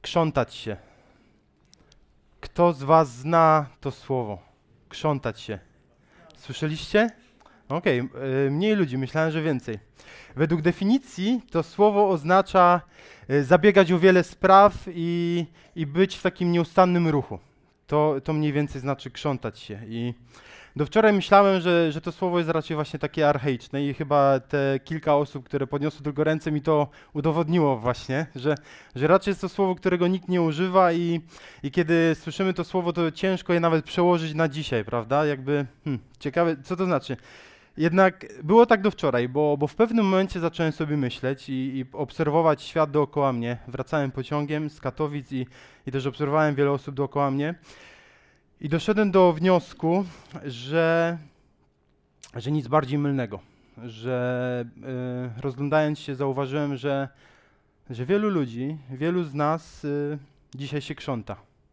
Krzątać się. Kto z was zna to słowo? Krzątać się. Słyszeliście? Okej, mniej ludzi, myślałem, że więcej. Według definicji to słowo oznacza zabiegać o wiele spraw i być w takim nieustannym ruchu. To mniej więcej znaczy krzątać się. I do wczoraj myślałem, że to słowo jest raczej właśnie takie archaiczne i chyba te kilka osób, które podniosły tylko ręce, mi to udowodniło właśnie, że raczej jest to słowo, którego nikt nie używa i kiedy słyszymy to słowo, to ciężko je nawet przełożyć na dzisiaj, prawda? Jakby, ciekawe, co to znaczy? Jednak było tak do wczoraj, bo w pewnym momencie zacząłem sobie myśleć i obserwować świat dookoła mnie. Wracałem pociągiem z Katowic i też obserwowałem wiele osób dookoła mnie. I doszedłem do wniosku, że nic bardziej mylnego, że rozglądając się zauważyłem, że wielu ludzi, wielu z nas dzisiaj się krząta.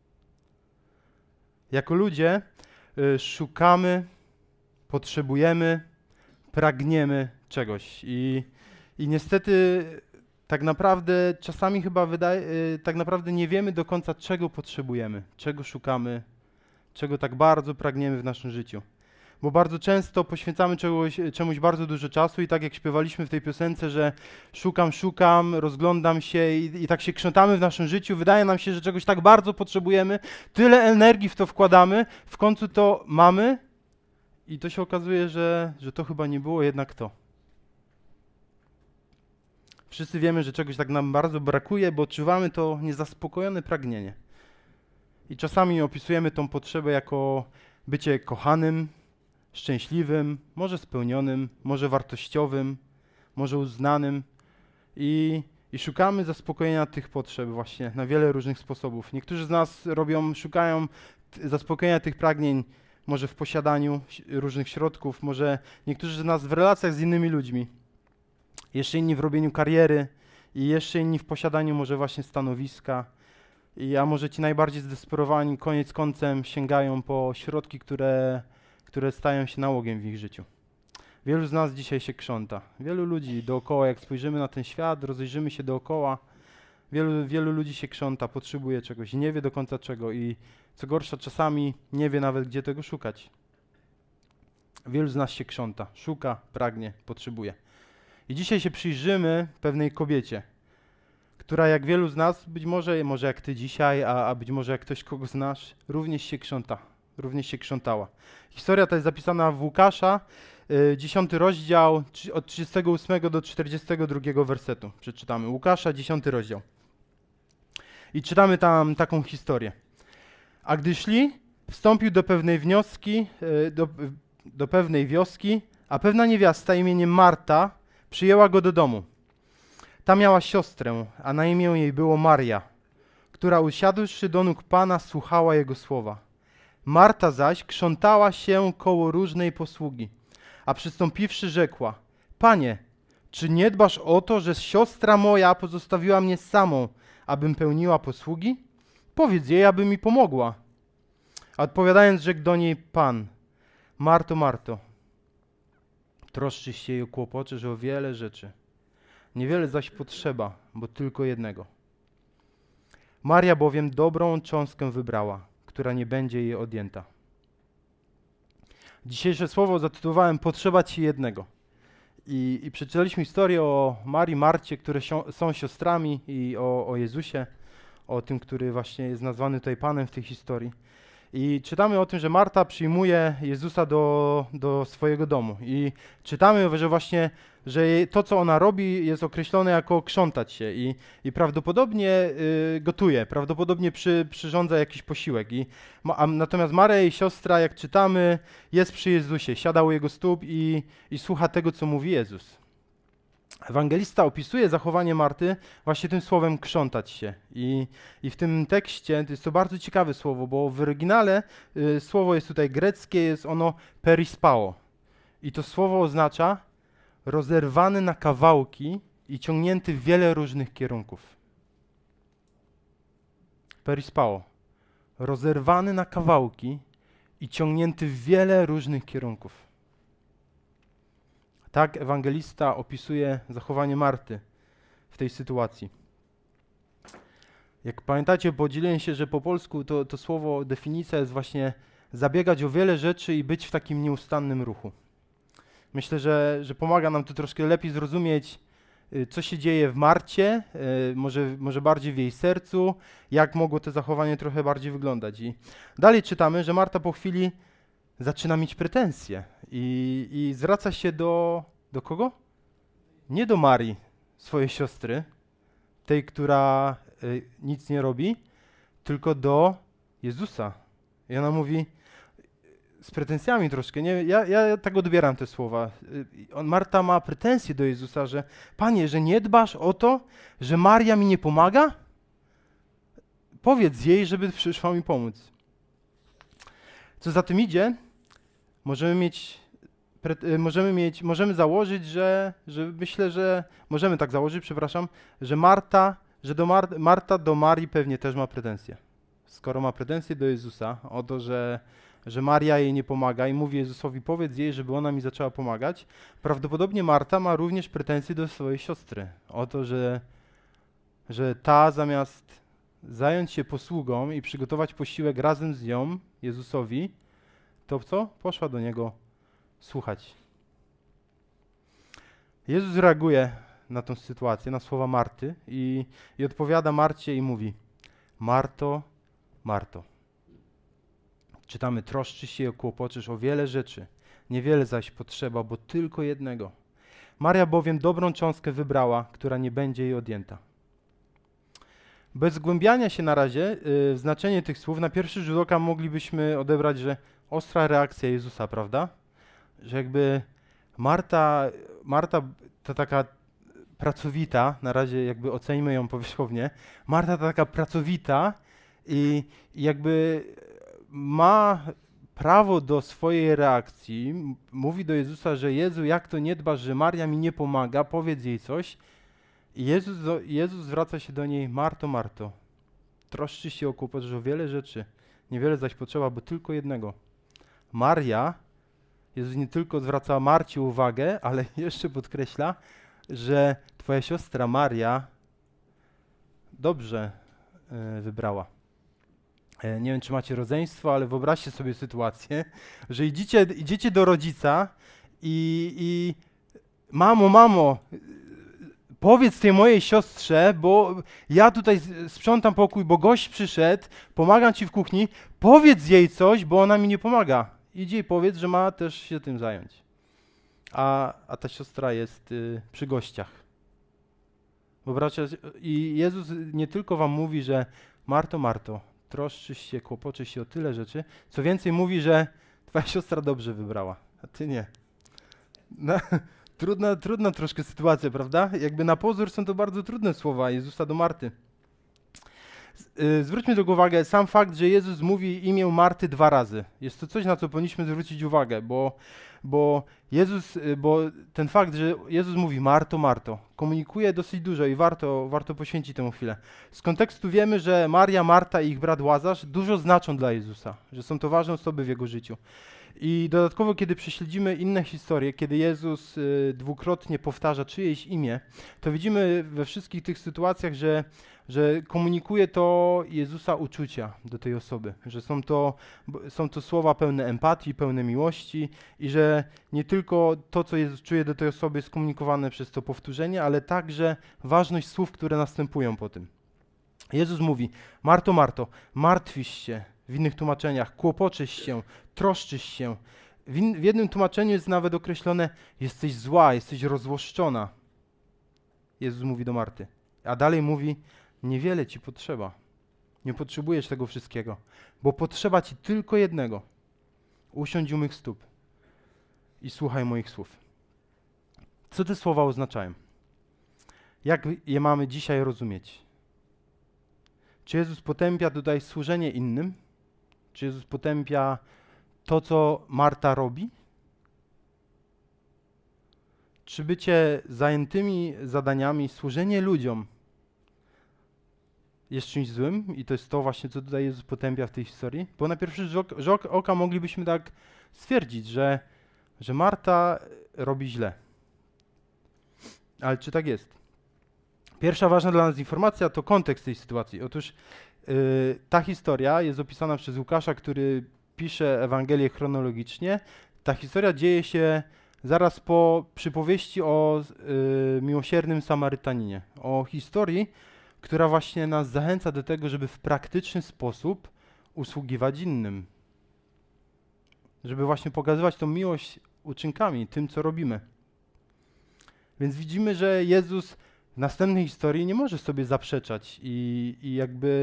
Jako ludzie szukamy, potrzebujemy, pragniemy czegoś i niestety tak naprawdę czasami chyba tak naprawdę nie wiemy do końca, czego potrzebujemy, czego szukamy, czego tak bardzo pragniemy w naszym życiu. Bo bardzo często poświęcamy czemuś bardzo dużo czasu i tak jak śpiewaliśmy w tej piosence, że szukam, rozglądam się i tak się krzątamy w naszym życiu, wydaje nam się, że czegoś tak bardzo potrzebujemy, tyle energii w to wkładamy, w końcu to mamy i to się okazuje, że to chyba nie było jednak to. Wszyscy wiemy, że czegoś tak nam bardzo brakuje, bo odczuwamy to niezaspokojone pragnienie. I czasami opisujemy tą potrzebę jako bycie kochanym, szczęśliwym, może spełnionym, może wartościowym, może uznanym i szukamy zaspokojenia tych potrzeb właśnie na wiele różnych sposobów. Niektórzy z nas szukają zaspokojenia tych pragnień może w posiadaniu różnych środków, może niektórzy z nas w relacjach z innymi ludźmi, jeszcze inni w robieniu kariery i jeszcze inni w posiadaniu może właśnie stanowiska. A może ci najbardziej zdesperowani koniec końcem sięgają po środki, które stają się nałogiem w ich życiu. Wielu z nas dzisiaj się krząta. Wielu ludzi dookoła, jak spojrzymy na ten świat, rozejrzymy się dookoła, wielu ludzi się krząta, potrzebuje czegoś, nie wie do końca czego i co gorsza czasami nie wie nawet, gdzie tego szukać. Wielu z nas się krząta, szuka, pragnie, potrzebuje. I dzisiaj się przyjrzymy pewnej kobiecie, która jak wielu z nas, być może jak ty dzisiaj, a być może jak ktoś, kogo znasz, również się krzątała. Historia ta jest zapisana w Łukasza, 10 rozdział, od 38 do 42 wersetu. Przeczytamy. Łukasza, 10 rozdział. I czytamy tam taką historię. A gdy szli, wstąpił do pewnej do pewnej wioski, a pewna niewiasta imieniem Marta przyjęła go do domu. Ta miała siostrę, a na imię jej było Maria, która usiadłszy do nóg Pana, słuchała Jego słowa. Marta zaś krzątała się koło różnej posługi, a przystąpiwszy rzekła: Panie, czy nie dbasz o to, że siostra moja pozostawiła mnie samą, abym pełniła posługi? Powiedz jej, aby mi pomogła. A odpowiadając, rzekł do niej Pan: Marto, Marto, troszczysz się i kłopoczysz o wiele rzeczy. Niewiele zaś potrzeba, bo tylko jednego. Maria bowiem dobrą cząstkę wybrała, która nie będzie jej odjęta. Dzisiejsze słowo zatytułowałem Potrzeba ci jednego. I przeczytaliśmy historię o Marii, Marcie, które są siostrami i o Jezusie, o tym, który właśnie jest nazwany tutaj Panem w tej historii. I czytamy o tym, że Marta przyjmuje Jezusa do swojego domu. I czytamy, że właśnie, że to, co ona robi, jest określone jako krzątać się. I prawdopodobnie gotuje, prawdopodobnie przyrządza jakiś posiłek. Natomiast Maria, jej siostra, jak czytamy, jest przy Jezusie, siada u Jego stóp i słucha tego, co mówi Jezus. Ewangelista opisuje zachowanie Marty właśnie tym słowem krzątać się. I w tym tekście to jest to bardzo ciekawe słowo, bo w oryginale słowo jest tutaj greckie, jest ono perispao. I to słowo oznacza rozerwany na kawałki i ciągnięty w wiele różnych kierunków. Perispao. Rozerwany na kawałki i ciągnięty w wiele różnych kierunków. Tak ewangelista opisuje zachowanie Marty w tej sytuacji. Jak pamiętacie, podzieliłem się, że po polsku to słowo, definicja jest właśnie zabiegać o wiele rzeczy i być w takim nieustannym ruchu. Myślę, że pomaga nam to troszkę lepiej zrozumieć, co się dzieje w Marcie, może bardziej w jej sercu, jak mogło to zachowanie trochę bardziej wyglądać. I dalej czytamy, że Marta po chwili zaczyna mieć pretensje i zwraca się do kogo? Nie do Marii, swojej siostry, tej, która nic nie robi, tylko do Jezusa. I ona mówi z pretensjami troszkę, nie? Ja tak odbieram te słowa. Marta ma pretensje do Jezusa, że Panie, że nie dbasz o to, że Maria mi nie pomaga? Powiedz jej, żeby przyszła mi pomóc. Co za tym idzie, możemy założyć, myślę, że możemy tak założyć, przepraszam, że Marta do Marii pewnie też ma pretensje. Skoro ma pretensje do Jezusa o to, że Maria jej nie pomaga i mówi Jezusowi, powiedz jej, żeby ona mi zaczęła pomagać, prawdopodobnie Marta ma również pretensje do swojej siostry o to, że ta zamiast zająć się posługą i przygotować posiłek razem z nią, Jezusowi, to co? Poszła do Niego słuchać. Jezus reaguje na tę sytuację, na słowa Marty i odpowiada Marcie i mówi: Marto, Marto. Czytamy, troszczysz się i kłopoczysz o wiele rzeczy, niewiele zaś potrzeba, bo tylko jednego. Maria bowiem dobrą cząstkę wybrała, która nie będzie jej odjęta. Bez zgłębiania się na razie w znaczenie tych słów, na pierwszy rzut oka moglibyśmy odebrać, że ostra reakcja Jezusa, prawda? Że jakby Marta to taka pracowita, na razie jakby oceńmy ją powierzchownie, Marta to taka pracowita i jakby ma prawo do swojej reakcji, mówi do Jezusa, że Jezu, jak to nie dbasz, że Maria mi nie pomaga, powiedz jej coś. I Jezus zwraca się do niej: Marto, Marto, troszczysz się o kłopot, że o wiele rzeczy, niewiele zaś potrzeba, bo tylko jednego. Maria, Jezus nie tylko zwraca Marcie uwagę, ale jeszcze podkreśla, że twoja siostra Maria dobrze wybrała. Nie wiem, czy macie rodzeństwo, ale wyobraźcie sobie sytuację, że idziecie do rodzica i mamo, powiedz tej mojej siostrze, bo ja tutaj sprzątam pokój, bo gość przyszedł, pomagam ci w kuchni, powiedz jej coś, bo ona mi nie pomaga. Idź jej powiedz, że ma też się tym zająć. A ta siostra jest przy gościach. Wyobraźcie, i Jezus nie tylko wam mówi, że Marto, Marto, troszczysz się, kłopoczysz się o tyle rzeczy, co więcej mówi, że twoja siostra dobrze wybrała, a ty nie. No, trudna troszkę sytuacja, prawda? Jakby na pozór są to bardzo trudne słowa Jezusa do Marty. Zwróćmy tylko uwagę, sam fakt, że Jezus mówi imię Marty 2 razy. Jest to coś, na co powinniśmy zwrócić uwagę, bo ten fakt, że Jezus mówi Marto, Marto, komunikuje dosyć dużo i warto poświęcić temu chwilę. Z kontekstu wiemy, że Maria, Marta i ich brat Łazarz dużo znaczą dla Jezusa, że są to ważne osoby w Jego życiu. I dodatkowo, kiedy prześledzimy inne historie, kiedy Jezus dwukrotnie powtarza czyjeś imię, to widzimy we wszystkich tych sytuacjach, że komunikuje to Jezusa uczucia do tej osoby, że są to słowa pełne empatii, pełne miłości i że nie tylko to, co Jezus czuje do tej osoby, jest komunikowane przez to powtórzenie, ale także ważność słów, które następują po tym. Jezus mówi: Marto, Marto, martwisz się. W innych tłumaczeniach kłopoczysz się, troszczysz się. W jednym tłumaczeniu jest nawet określone: jesteś zła, jesteś rozłoszczona. Jezus mówi do Marty. A dalej mówi: niewiele ci potrzeba. Nie potrzebujesz tego wszystkiego, bo potrzeba ci tylko jednego. Usiądź u mych stóp i słuchaj moich słów. Co te słowa oznaczają? Jak je mamy dzisiaj rozumieć? Czy Jezus potępia tutaj służenie innym? Czy Jezus potępia to, co Marta robi? Czy bycie zajętymi zadaniami, służenie ludziom jest czymś złym? I to jest to właśnie, co tutaj Jezus potępia w tej historii? Bo na pierwszy rzut oka moglibyśmy tak stwierdzić, że Marta robi źle. Ale czy tak jest? Pierwsza ważna dla nas informacja to kontekst tej sytuacji. Otóż ta historia jest opisana przez Łukasza, który pisze Ewangelię chronologicznie. Ta historia dzieje się zaraz po przypowieści o miłosiernym Samarytaninie. O historii, która właśnie nas zachęca do tego, żeby w praktyczny sposób usługiwać innym. Żeby właśnie pokazywać tą miłość uczynkami, tym, co robimy. Więc widzimy, że Jezus w następnej historii nie może sobie zaprzeczać i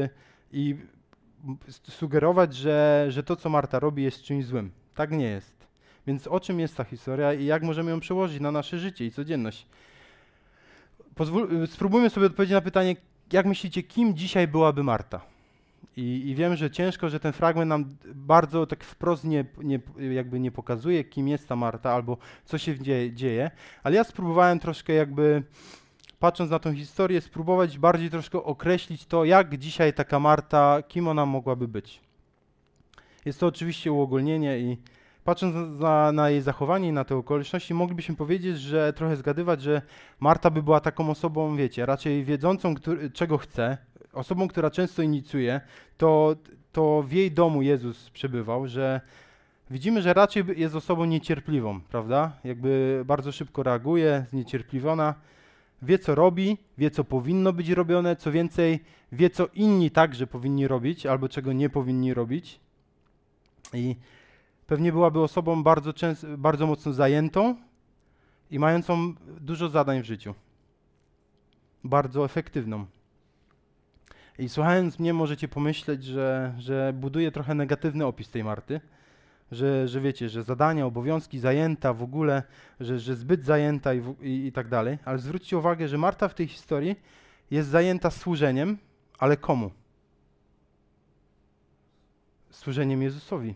sugerować, że to, co Marta robi, jest czymś złym. Tak nie jest. Więc o czym jest ta historia i jak możemy ją przełożyć na nasze życie i codzienność? Spróbujmy sobie odpowiedzieć na pytanie, jak myślicie, kim dzisiaj byłaby Marta? I wiem, że ciężko, że ten fragment nam bardzo tak wprost nie pokazuje, kim jest ta Marta albo co się dzieje, ale ja spróbowałem troszkę patrząc na tą historię, spróbować bardziej troszkę określić to, jak dzisiaj taka Marta, kim ona mogłaby być. Jest to oczywiście uogólnienie i patrząc na jej zachowanie i na te okoliczności, moglibyśmy powiedzieć, że trochę zgadywać, że Marta by była taką osobą, wiecie, raczej wiedzącą, czego chce, osobą, która często inicjuje, to w jej domu Jezus przebywał, że widzimy, że raczej jest osobą niecierpliwą, prawda? Jakby bardzo szybko reaguje, zniecierpliwiona, wie co robi, wie co powinno być robione, co więcej, wie co inni także powinni robić albo czego nie powinni robić. I pewnie byłaby osobą bardzo mocno zajętą i mającą dużo zadań w życiu. Bardzo efektywną. I słuchając mnie możecie pomyśleć, że buduje trochę negatywny opis tej Marty, że wiecie, że zadania, obowiązki, zajęta w ogóle, że zbyt zajęta i tak dalej. Ale zwróćcie uwagę, że Marta w tej historii jest zajęta służeniem, ale komu? Służeniem Jezusowi.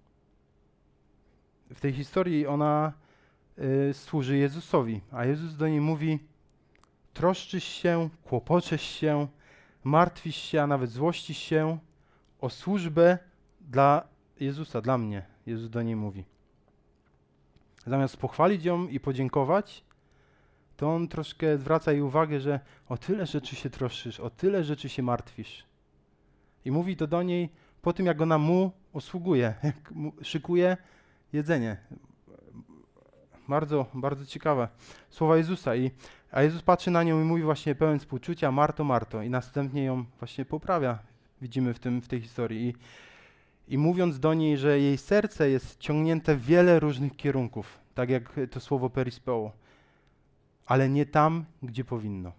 W tej historii ona służy Jezusowi, a Jezus do niej mówi: troszczysz się, kłopoczesz się, martwisz się, a nawet złościsz się o służbę dla Jezusa, dla mnie. Jezus do niej mówi. Zamiast pochwalić ją i podziękować, to on troszkę zwraca jej uwagę, że o tyle rzeczy się troszczysz, o tyle rzeczy się martwisz. I mówi to do niej po tym, jak ona mu usługuje, jak mu szykuje jedzenie. Bardzo, bardzo ciekawe słowa Jezusa. A Jezus patrzy na nią i mówi właśnie pełen współczucia: Marto, Marto. I następnie ją właśnie poprawia, widzimy w tej historii. I mówiąc do niej, że jej serce jest ciągnięte w wiele różnych kierunków, tak jak to słowo perispeo, ale nie tam, gdzie powinno.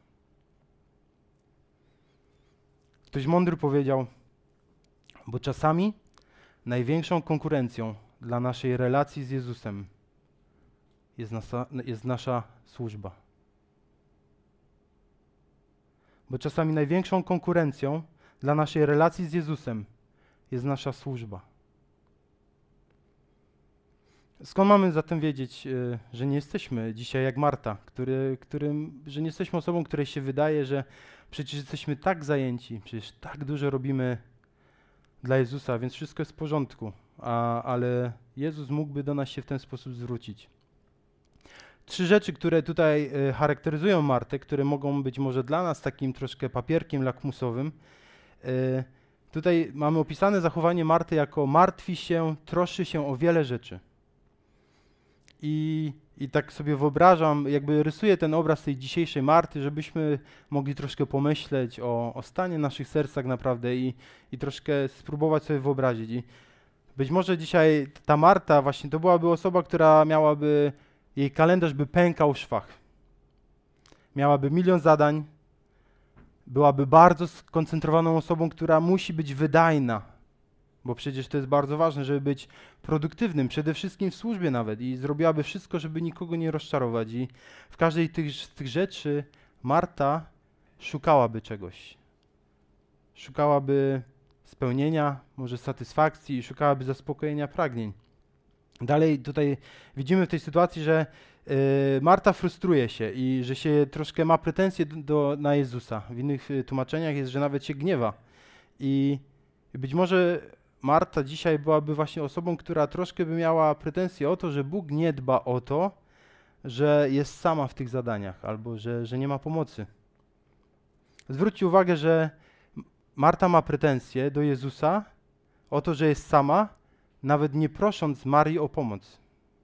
Ktoś mądry powiedział, bo czasami największą konkurencją dla naszej relacji z Jezusem jest nasza służba. Bo czasami największą konkurencją dla naszej relacji z Jezusem jest nasza służba. Skąd mamy zatem wiedzieć, że nie jesteśmy dzisiaj jak Marta, że nie jesteśmy osobą, której się wydaje, że przecież jesteśmy tak zajęci, przecież tak dużo robimy dla Jezusa, więc wszystko jest w porządku, ale Jezus mógłby do nas się w ten sposób zwrócić. 3 rzeczy, które tutaj charakteryzują Martę, które mogą być może dla nas takim troszkę papierkiem lakmusowym. Tutaj mamy opisane zachowanie Marty jako martwi się, troszczy się o wiele rzeczy. I tak sobie wyobrażam, jakby rysuję ten obraz tej dzisiejszej Marty, żebyśmy mogli troszkę pomyśleć o stanie naszych serc tak naprawdę i troszkę spróbować sobie wyobrazić. I być może dzisiaj ta Marta właśnie to byłaby osoba, która jej kalendarz by pękał w szwach. Miałaby 1 000 000 zadań, byłaby bardzo skoncentrowaną osobą, która musi być wydajna, bo przecież to jest bardzo ważne, żeby być produktywnym, przede wszystkim w służbie nawet, i zrobiłaby wszystko, żeby nikogo nie rozczarować. I w każdej z tych rzeczy Marta szukałaby czegoś. Szukałaby spełnienia, może satysfakcji i szukałaby zaspokojenia pragnień. Dalej tutaj widzimy w tej sytuacji, że Marta frustruje się i że się troszkę ma pretensje na Jezusa. W innych tłumaczeniach jest, że nawet się gniewa. I być może Marta dzisiaj byłaby właśnie osobą, która troszkę by miała pretensje o to, że Bóg nie dba o to, że jest sama w tych zadaniach albo że nie ma pomocy. Zwróćcie uwagę, że Marta ma pretensje do Jezusa o to, że jest sama, nawet nie prosząc Marii o pomoc.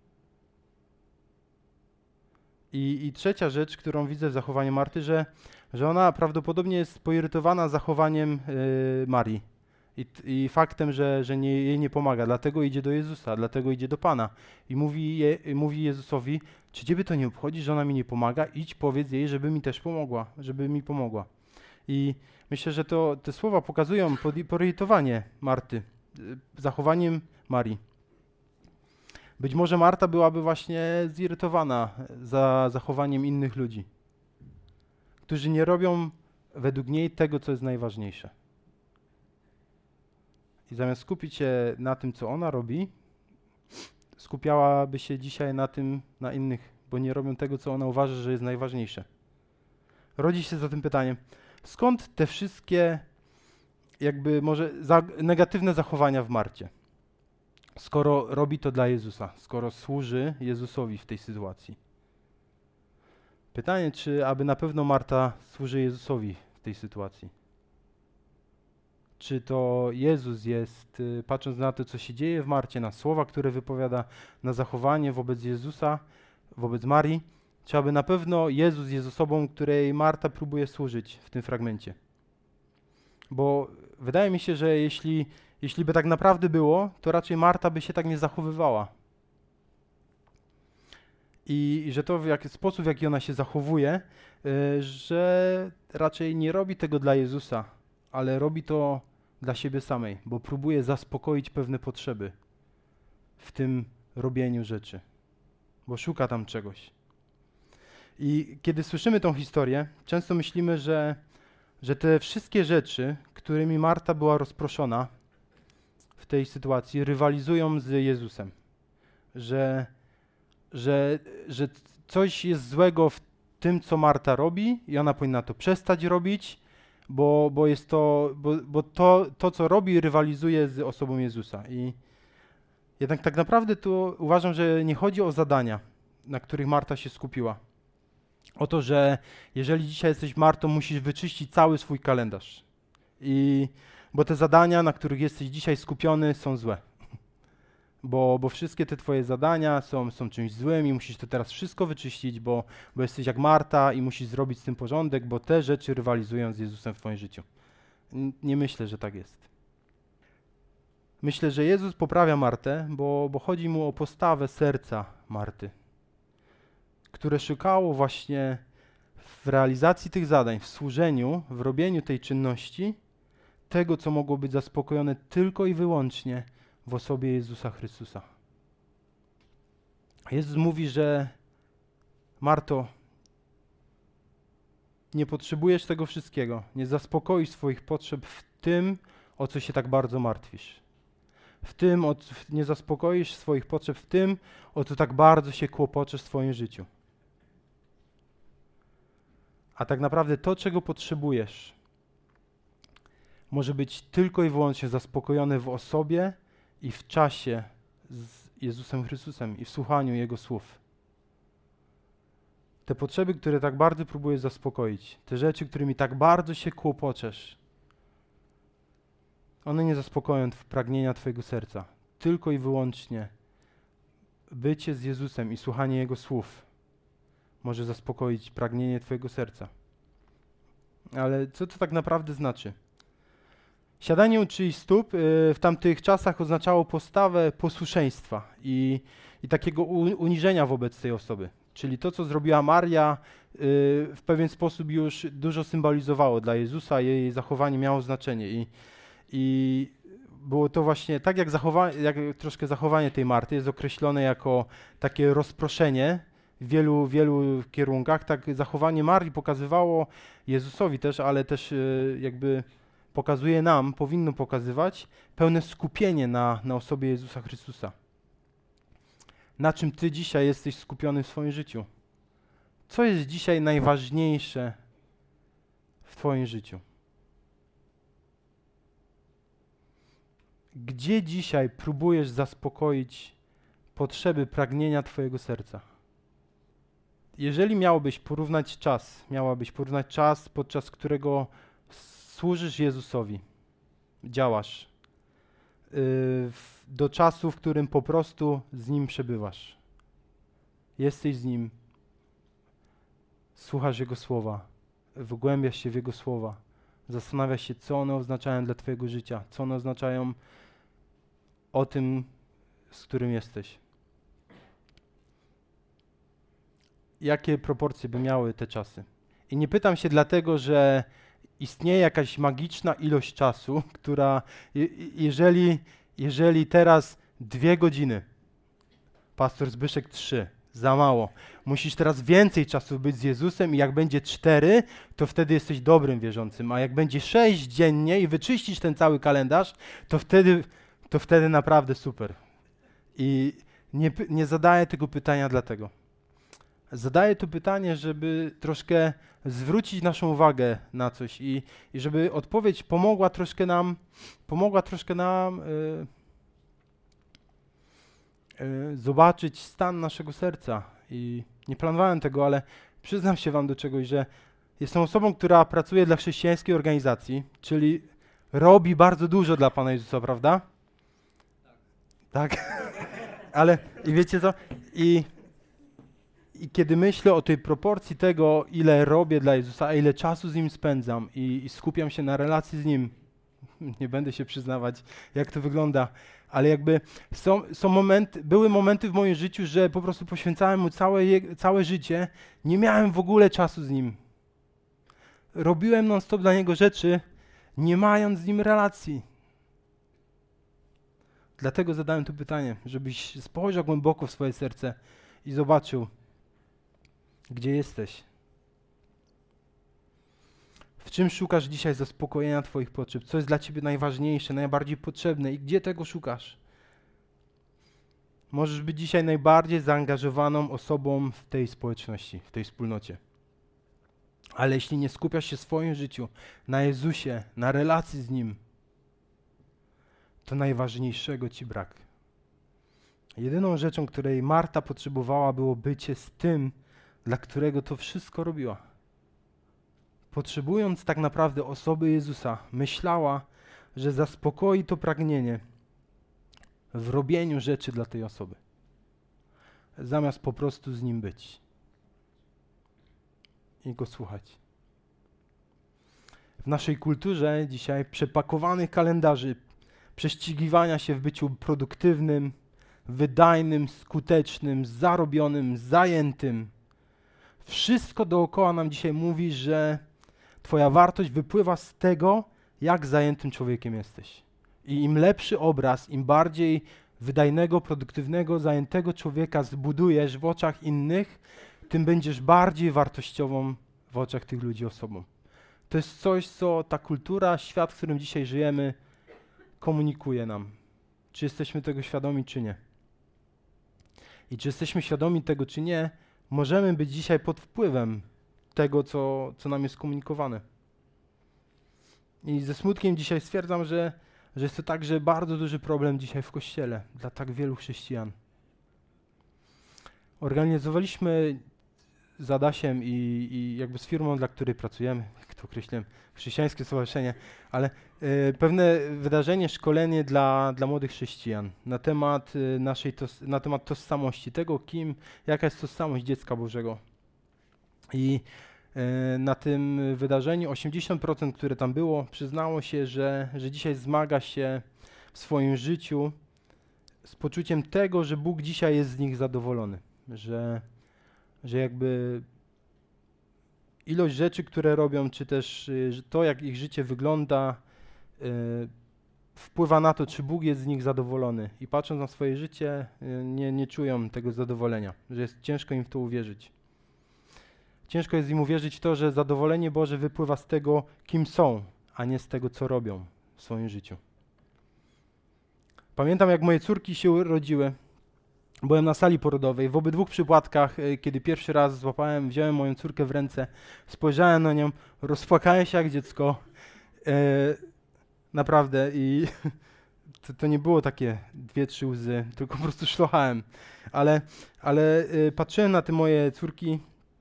I trzecia rzecz, którą widzę w zachowaniu Marty, że ona prawdopodobnie jest poirytowana zachowaniem Marii i faktem, że jej nie pomaga. Dlatego idzie do Jezusa, dlatego idzie do Pana i mówi Jezusowi, czy ciebie to nie obchodzi, że ona mi nie pomaga? Idź, powiedz jej, żeby mi też pomogła, żeby mi pomogła. I myślę, że te słowa pokazują poirytowanie Marty zachowaniem Marii. Być może Marta byłaby właśnie zirytowana za zachowaniem innych ludzi, którzy nie robią według niej tego, co jest najważniejsze. I zamiast skupić się na tym, co ona robi, skupiałaby się dzisiaj na innych, bo nie robią tego, co ona uważa, że jest najważniejsze. Rodzi się za tym pytaniem, skąd te wszystkie jakby może negatywne zachowania w Marcie? Skoro robi to dla Jezusa, skoro służy Jezusowi w tej sytuacji. Pytanie, czy aby na pewno Marta służy Jezusowi w tej sytuacji? Czy to Jezus jest, patrząc na to, co się dzieje w Marcie, na słowa, które wypowiada, na zachowanie wobec Jezusa, wobec Marii, czy aby na pewno Jezus jest osobą, której Marta próbuje służyć w tym fragmencie? Bo wydaje mi się, że jeśli by tak naprawdę było, to raczej Marta by się tak nie zachowywała. I że to sposób, w jaki ona się zachowuje, że raczej nie robi tego dla Jezusa, ale robi to dla siebie samej, bo próbuje zaspokoić pewne potrzeby w tym robieniu rzeczy, bo szuka tam czegoś. I kiedy słyszymy tą historię, często myślimy, że te wszystkie rzeczy, którymi Marta była rozproszona w tej sytuacji, rywalizują z Jezusem. Że coś jest złego w tym, co Marta robi i ona powinna to przestać robić, bo jest to, co robi, rywalizuje z osobą Jezusa. I jednak tak naprawdę tu uważam, że nie chodzi o zadania, na których Marta się skupiła. O to, że jeżeli dzisiaj jesteś Martą, musisz wyczyścić cały swój kalendarz. Bo te zadania, na których jesteś dzisiaj skupiony, są złe. Bo wszystkie te twoje zadania są czymś złym i musisz to teraz wszystko wyczyścić, bo jesteś jak Marta i musisz zrobić z tym porządek, bo te rzeczy rywalizują z Jezusem w twoim życiu. Nie myślę, że tak jest. Myślę, że Jezus poprawia Martę, bo chodzi mu o postawę serca Marty, które szukało właśnie w realizacji tych zadań, w służeniu, w robieniu tej czynności, tego, co mogło być zaspokojone tylko i wyłącznie w osobie Jezusa Chrystusa. Jezus mówi, że Marto, nie potrzebujesz tego wszystkiego, nie zaspokoisz swoich potrzeb w tym, o co się tak bardzo martwisz. Nie zaspokoisz swoich potrzeb w tym, o co tak bardzo się kłopoczesz w swoim życiu. A tak naprawdę to, czego potrzebujesz, może być tylko i wyłącznie zaspokojone w osobie i w czasie z Jezusem Chrystusem i w słuchaniu Jego słów. Te potrzeby, które tak bardzo próbujesz zaspokoić, te rzeczy, którymi tak bardzo się kłopoczesz, one nie zaspokoją pragnienia Twojego serca. Tylko i wyłącznie bycie z Jezusem i słuchanie Jego słów może zaspokoić pragnienie Twojego serca. Ale co to tak naprawdę znaczy? Siadanie u czyichś stóp w tamtych czasach oznaczało postawę posłuszeństwa i takiego uniżenia wobec tej osoby. Czyli to, co zrobiła Maria, w pewien sposób już dużo symbolizowało dla Jezusa, jej zachowanie miało znaczenie. I było to właśnie tak, jak troszkę zachowanie tej Marty jest określone jako takie rozproszenie w wielu kierunkach. Tak zachowanie Marii pokazywało Jezusowi też, ale też jakby pokazuje nam, powinno pokazywać pełne skupienie na osobie Jezusa Chrystusa. Na czym Ty dzisiaj jesteś skupiony w swoim życiu? Co jest dzisiaj najważniejsze w Twoim życiu? Gdzie dzisiaj próbujesz zaspokoić potrzeby, pragnienia Twojego serca? jeżeli miałabyś porównać czas, podczas którego służysz Jezusowi, działasz, do czasu, w którym po prostu z Nim przebywasz. Jesteś z Nim, słuchasz Jego słowa, wgłębiasz się w Jego słowa, zastanawiasz się, co one oznaczają dla Twojego życia, co one oznaczają o tym, z którym jesteś. Jakie proporcje by miały te czasy? I nie pytam się dlatego, że istnieje jakaś magiczna ilość czasu, która, jeżeli teraz 2 godziny, pastor Zbyszek 3, za mało. Musisz teraz więcej czasu być z Jezusem i jak będzie 4, to wtedy jesteś dobrym wierzącym, a jak będzie 6 dziennie i wyczyścisz ten cały kalendarz, to wtedy naprawdę super. I nie zadaję tego pytania dlatego. Zadaję to pytanie, żeby troszkę zwrócić naszą uwagę na coś i żeby odpowiedź pomogła troszkę nam zobaczyć stan naszego serca. I nie planowałem tego, ale przyznam się wam do czegoś, że jestem osobą, która pracuje dla chrześcijańskiej organizacji, czyli robi bardzo dużo dla Pana Jezusa, prawda? Tak. Ale i wiecie co? I kiedy myślę o tej proporcji tego, ile robię dla Jezusa, a ile czasu z Nim spędzam i skupiam się na relacji z Nim, nie będę się przyznawać, jak to wygląda, ale jakby były momenty w moim życiu, że po prostu poświęcałem Mu całe życie, nie miałem w ogóle czasu z Nim. Robiłem non-stop dla Niego rzeczy, nie mając z Nim relacji. Dlatego zadałem to pytanie, żebyś spojrzał głęboko w swoje serce i zobaczył, gdzie jesteś. W czym szukasz dzisiaj zaspokojenia Twoich potrzeb? Co jest dla Ciebie najważniejsze, najbardziej potrzebne i gdzie tego szukasz? Możesz być dzisiaj najbardziej zaangażowaną osobą w tej społeczności, w tej wspólnocie. Ale jeśli nie skupiasz się w swoim życiu na Jezusie, na relacji z Nim, to najważniejszego Ci brak. Jedyną rzeczą, której Marta potrzebowała, było bycie z tym, dla którego to wszystko robiła. Potrzebując tak naprawdę osoby Jezusa, myślała, że zaspokoi to pragnienie w robieniu rzeczy dla tej osoby, zamiast po prostu z Nim być i Go słuchać. W naszej kulturze dzisiaj przepakowanych kalendarzy, prześcigiwania się w byciu produktywnym, wydajnym, skutecznym, zarobionym, zajętym, wszystko dookoła nam dzisiaj mówi, że Twoja wartość wypływa z tego, jak zajętym człowiekiem jesteś. I im lepszy obraz, im bardziej wydajnego, produktywnego, zajętego człowieka zbudujesz w oczach innych, tym będziesz bardziej wartościową w oczach tych ludzi osobą. To jest coś, co ta kultura, świat, w którym dzisiaj żyjemy, komunikuje nam. Czy jesteśmy tego świadomi, czy nie. I czy jesteśmy świadomi tego, czy nie, możemy być dzisiaj pod wpływem tego, co nam jest komunikowane. I ze smutkiem dzisiaj stwierdzam, że jest to także bardzo duży problem dzisiaj w Kościele dla tak wielu chrześcijan. Organizowaliśmy z Adasiem i jakby z firmą, dla której pracujemy, jak to określiłem, chrześcijańskie stowarzyszenie, ale pewne wydarzenie, szkolenie dla młodych chrześcijan na temat na temat tożsamości, tego jaka jest tożsamość dziecka Bożego. I na tym wydarzeniu 80%, które tam było, przyznało się, że dzisiaj zmaga się w swoim życiu z poczuciem tego, że Bóg dzisiaj jest z nich zadowolony, że jakby ilość rzeczy, które robią, czy też to, jak ich życie wygląda, wpływa na to, czy Bóg jest z nich zadowolony. I patrząc na swoje życie, nie czują tego zadowolenia, że jest ciężko im w to uwierzyć. Ciężko jest im uwierzyć w to, że zadowolenie Boże wypływa z tego, kim są, a nie z tego, co robią w swoim życiu. Pamiętam, jak moje córki się urodziły. Byłem na sali porodowej. W obydwu przypadkach, kiedy pierwszy raz wziąłem moją córkę w ręce, spojrzałem na nią, rozpłakałem się jak dziecko. Naprawdę. I to nie było takie 2-3 łzy, tylko po prostu szlochałem. Ale patrzyłem na te moje córki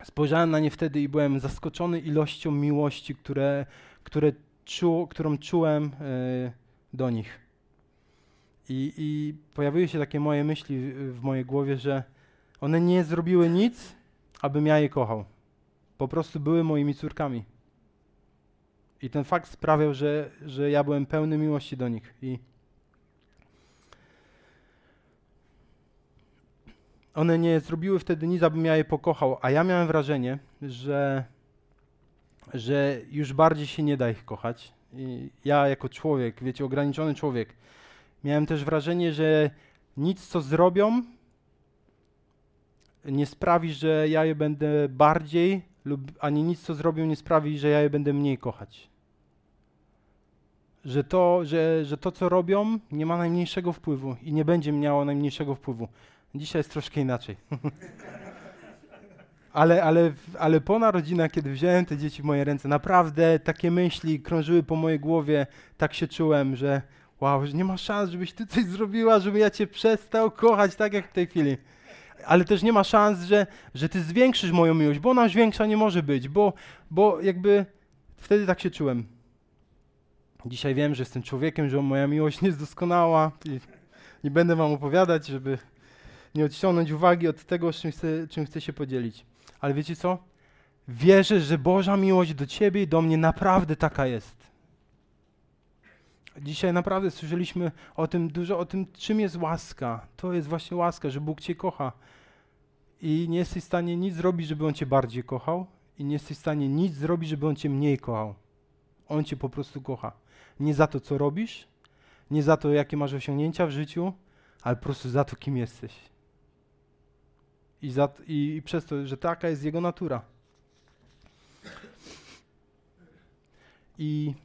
Spojrzałem na nie wtedy i byłem zaskoczony ilością miłości, którą czułem do nich. I pojawiły się takie moje myśli w mojej głowie, że one nie zrobiły nic, abym ja je kochał. Po prostu były moimi córkami. I ten fakt sprawiał, że ja byłem pełny miłości do nich. I one nie zrobiły wtedy nic, abym ja je pokochał, a ja miałem wrażenie, że już bardziej się nie da ich kochać. I ja jako człowiek, wiecie, ograniczony człowiek, miałem też wrażenie, że nic, co zrobią, nie sprawi, że ja je będę bardziej, ani nic, co zrobią, nie sprawi, że ja je będę mniej kochać. Że to, co robią, nie ma najmniejszego wpływu i nie będzie miało najmniejszego wpływu. Dzisiaj jest troszkę inaczej. Ale po narodzinach, kiedy wziąłem te dzieci w moje ręce, naprawdę takie myśli krążyły po mojej głowie, tak się czułem, że wow, że nie ma szans, żebyś ty coś zrobiła, żeby ja cię przestał kochać tak jak w tej chwili. Ale też nie ma szans, że ty zwiększysz moją miłość, bo ona już większa nie może być, bo jakby wtedy tak się czułem. Dzisiaj wiem, że jestem człowiekiem, że moja miłość nie jest doskonała i nie będę wam opowiadać, żeby nie odciągnąć uwagi od tego, czym chcę się podzielić. Ale wiecie co? Wierzę, że Boża miłość do ciebie i do mnie naprawdę taka jest. Dzisiaj naprawdę słyszeliśmy dużo o tym, czym jest łaska. To jest właśnie łaska, że Bóg cię kocha. I nie jesteś w stanie nic zrobić, żeby On cię bardziej kochał. I nie jesteś w stanie nic zrobić, żeby On cię mniej kochał. On cię po prostu kocha. Nie za to, co robisz, nie za to, jakie masz osiągnięcia w życiu, ale po prostu za to, kim jesteś. I przez to, że taka jest Jego natura. I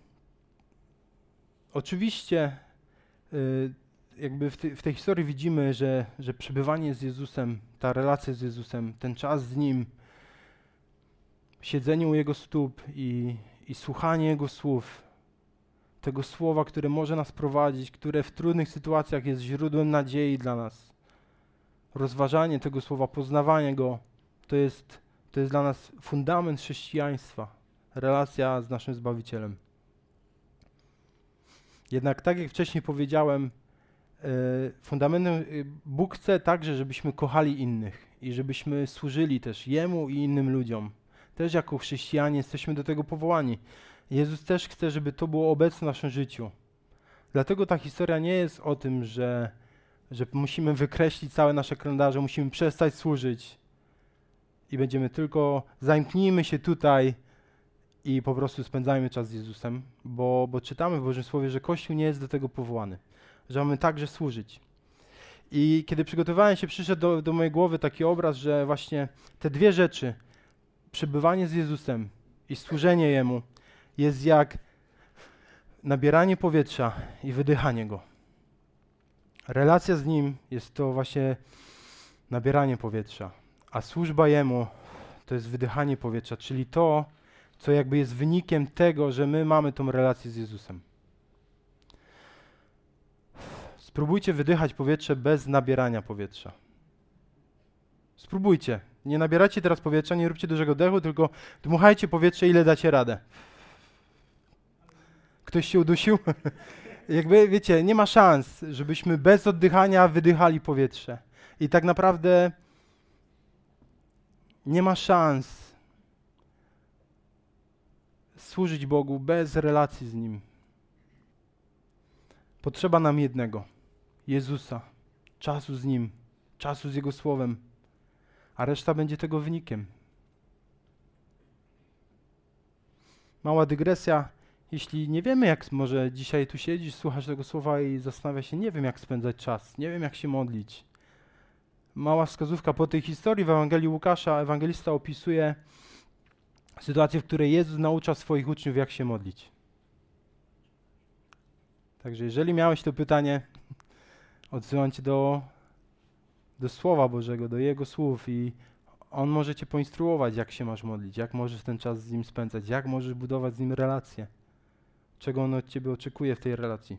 oczywiście jakby w tej historii widzimy, że przebywanie z Jezusem, ta relacja z Jezusem, ten czas z Nim, siedzenie u Jego stóp i słuchanie Jego słów, tego słowa, które może nas prowadzić, które w trudnych sytuacjach jest źródłem nadziei dla nas. Rozważanie tego słowa, poznawanie go, to jest dla nas fundament chrześcijaństwa, relacja z naszym Zbawicielem. Jednak tak jak wcześniej powiedziałem, fundamentem Bóg chce także, żebyśmy kochali innych i żebyśmy służyli też Jemu i innym ludziom. Też jako chrześcijanie jesteśmy do tego powołani. Jezus też chce, żeby to było obecne w naszym życiu. Dlatego ta historia nie jest o tym, że musimy wykreślić całe nasze kalendarze, musimy przestać służyć i będziemy tylko, zamknijmy się tutaj i po prostu spędzajmy czas z Jezusem, bo czytamy w Bożym Słowie, że Kościół nie jest do tego powołany, że mamy także służyć. I kiedy przygotowywałem się, przyszedł do mojej głowy taki obraz, że właśnie te dwie rzeczy, przebywanie z Jezusem i służenie Jemu, jest jak nabieranie powietrza i wydychanie Go. Relacja z Nim jest to właśnie nabieranie powietrza, a służba Jemu to jest wydychanie powietrza, czyli to, co jakby jest wynikiem tego, że my mamy tą relację z Jezusem. Spróbujcie wydychać powietrze bez nabierania powietrza. Spróbujcie. Nie nabieracie teraz powietrza, nie róbcie dużego dechu, tylko dmuchajcie powietrze, ile dacie radę. Ktoś się udusił? Jakby, wiecie, nie ma szans, żebyśmy bez oddychania wydychali powietrze. I tak naprawdę nie ma szans służyć Bogu bez relacji z Nim. Potrzeba nam jednego, Jezusa, czasu z Nim, czasu z Jego Słowem, a reszta będzie tego wynikiem. Mała dygresja. Jeśli nie wiemy, jak może dzisiaj tu siedzisz, słuchasz tego słowa i zastanawia się, nie wiem, jak spędzać czas, nie wiem, jak się modlić. Mała wskazówka. Po tej historii w Ewangelii Łukasza ewangelista opisuje sytuację, w której Jezus naucza swoich uczniów, jak się modlić. Także jeżeli miałeś to pytanie, odsyłam cię do Słowa Bożego, do Jego słów i On może cię poinstruować, jak się masz modlić, jak możesz ten czas z Nim spędzać, jak możesz budować z Nim relacje, czego On od ciebie oczekuje w tej relacji.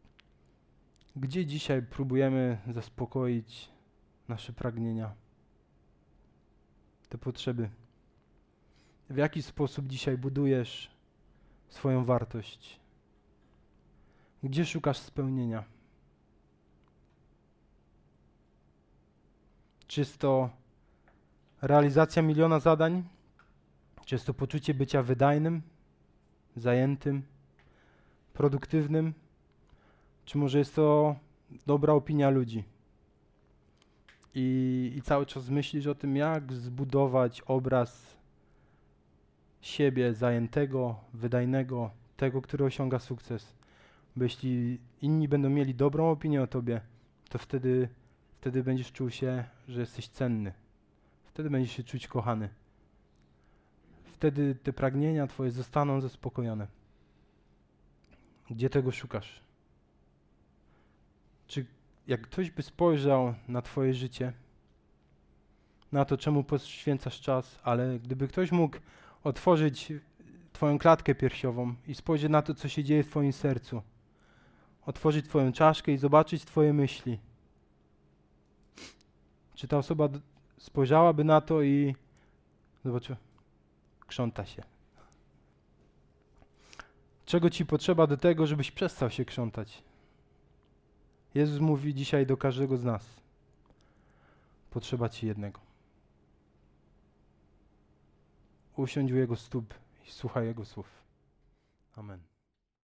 Gdzie dzisiaj próbujemy zaspokoić nasze pragnienia? te potrzeby? W jaki sposób dzisiaj budujesz swoją wartość? Gdzie szukasz spełnienia? Czy jest to realizacja miliona zadań? Czy jest to poczucie bycia wydajnym, zajętym, produktywnym? Czy może jest to dobra opinia ludzi? I cały czas myślisz o tym, jak zbudować obraz siebie zajętego, wydajnego, tego, który osiąga sukces. Bo jeśli inni będą mieli dobrą opinię o tobie, to wtedy będziesz czuł się, że jesteś cenny. Wtedy będziesz się czuć kochany. Wtedy te pragnienia twoje zostaną zaspokojone. Gdzie tego szukasz? Czy jak ktoś by spojrzał na twoje życie, na to, czemu poświęcasz czas, ale gdyby ktoś mógł otworzyć twoją klatkę piersiową i spojrzeć na to, co się dzieje w twoim sercu, otworzyć twoją czaszkę i zobaczyć twoje myśli, czy ta osoba spojrzałaby na to i zobaczyła, krząta się. Czego ci potrzeba do tego, żebyś przestał się krzątać? Jezus mówi dzisiaj do każdego z nas. Potrzeba ci jednego. Usiądź u Jego stóp i słuchaj Jego słów. Amen.